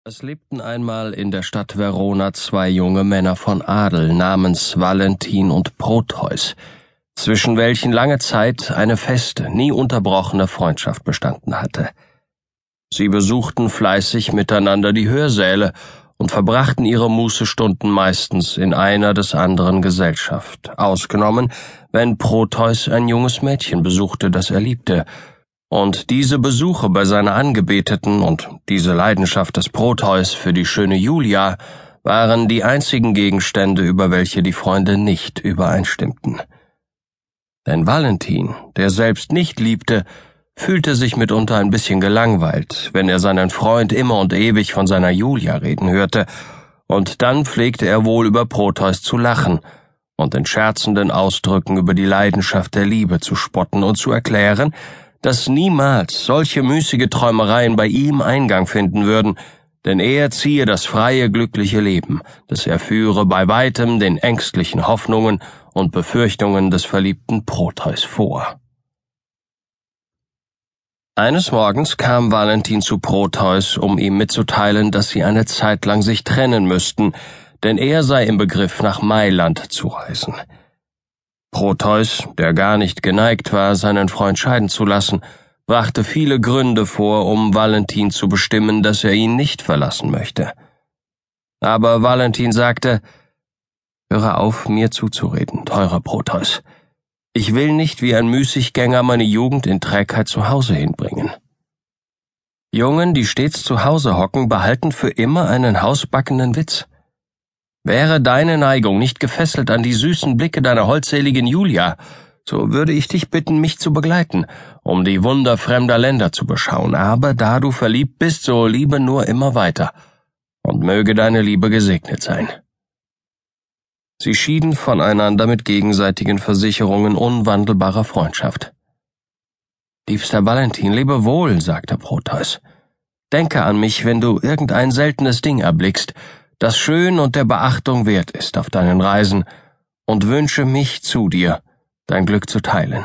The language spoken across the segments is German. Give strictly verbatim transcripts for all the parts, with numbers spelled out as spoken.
Es lebten einmal in der Stadt Verona zwei junge Männer von Adel namens Valentin und Proteus, zwischen welchen lange Zeit eine feste, nie unterbrochene Freundschaft bestanden hatte. Sie besuchten fleißig miteinander die Hörsäle und verbrachten ihre Mußestunden meistens in einer des anderen Gesellschaft, ausgenommen, wenn Proteus ein junges Mädchen besuchte, das er liebte, und diese Besuche bei seiner Angebeteten und diese Leidenschaft des Proteus für die schöne Julia waren die einzigen Gegenstände, über welche die Freunde nicht übereinstimmten. Denn Valentin, der selbst nicht liebte, fühlte sich mitunter ein bisschen gelangweilt, wenn er seinen Freund immer und ewig von seiner Julia reden hörte, und dann pflegte er wohl über Proteus zu lachen und in scherzenden Ausdrücken über die Leidenschaft der Liebe zu spotten und zu erklären, dass niemals solche müßige Träumereien bei ihm Eingang finden würden, denn er ziehe das freie, glückliche Leben, das er führe bei weitem den ängstlichen Hoffnungen und Befürchtungen des verliebten Proteus vor. Eines Morgens kam Valentin zu Proteus, um ihm mitzuteilen, dass sie eine Zeit lang sich trennen müssten, denn er sei im Begriff, nach Mailand zu reisen. Proteus, der gar nicht geneigt war, seinen Freund scheiden zu lassen, brachte viele Gründe vor, um Valentin zu bestimmen, dass er ihn nicht verlassen möchte. Aber Valentin sagte: »Höre auf, mir zuzureden, teurer Proteus. Ich will nicht wie ein Müßiggänger meine Jugend in Trägheit zu Hause hinbringen. Jungen, die stets zu Hause hocken, behalten für immer einen hausbackenen Witz. Wäre deine Neigung nicht gefesselt an die süßen Blicke deiner holdseligen Julia, so würde ich dich bitten, mich zu begleiten, um die Wunder fremder Länder zu beschauen, aber da du verliebt bist, so liebe nur immer weiter, und möge deine Liebe gesegnet sein.« Sie schieden voneinander mit gegenseitigen Versicherungen unwandelbarer Freundschaft. »Liebster Valentin, lebe wohl«, sagte Proteus. »Denke an mich, wenn du irgendein seltenes Ding erblickst, das schön und der Beachtung wert ist auf deinen Reisen, und wünsche mich zu dir, dein Glück zu teilen.«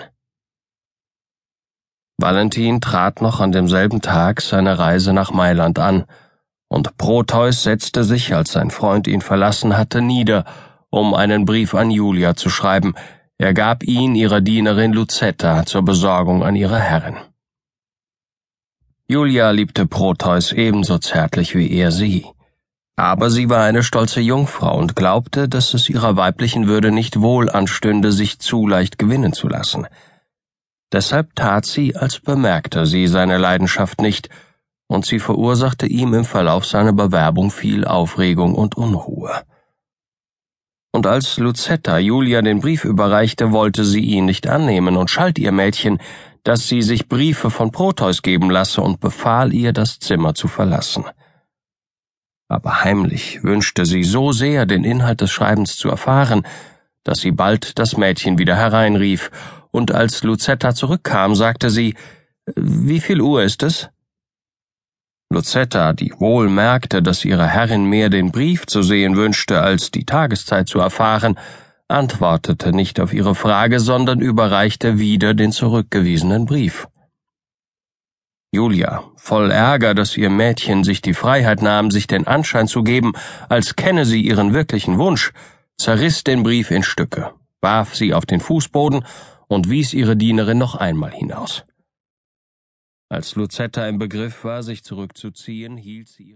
Valentin trat noch an demselben Tag seine Reise nach Mailand an, und Proteus setzte sich, als sein Freund ihn verlassen hatte, nieder, um einen Brief an Julia zu schreiben. Er gab ihn ihrer Dienerin Lucetta zur Besorgung an ihre Herrin. Julia liebte Proteus ebenso zärtlich wie er sie. Aber sie war eine stolze Jungfrau und glaubte, dass es ihrer weiblichen Würde nicht wohl anstünde, sich zu leicht gewinnen zu lassen. Deshalb tat sie, als bemerkte sie seine Leidenschaft nicht, und sie verursachte ihm im Verlauf seiner Bewerbung viel Aufregung und Unruhe. Und als Lucetta Julia den Brief überreichte, wollte sie ihn nicht annehmen und schalt ihr Mädchen, dass sie sich Briefe von Proteus geben lasse, und befahl ihr, das Zimmer zu verlassen. Aber heimlich wünschte sie so sehr, den Inhalt des Schreibens zu erfahren, dass sie bald das Mädchen wieder hereinrief, und als Lucetta zurückkam, sagte sie: »Wie viel Uhr ist es?« Lucetta, die wohl merkte, dass ihre Herrin mehr den Brief zu sehen wünschte, als die Tageszeit zu erfahren, antwortete nicht auf ihre Frage, sondern überreichte wieder den zurückgewiesenen Brief. Julia, voll Ärger, dass ihr Mädchen sich die Freiheit nahm, sich den Anschein zu geben, als kenne sie ihren wirklichen Wunsch, zerriss den Brief in Stücke, warf sie auf den Fußboden und wies ihre Dienerin noch einmal hinaus. Als Lucetta im Begriff war, sich zurückzuziehen, hielt sie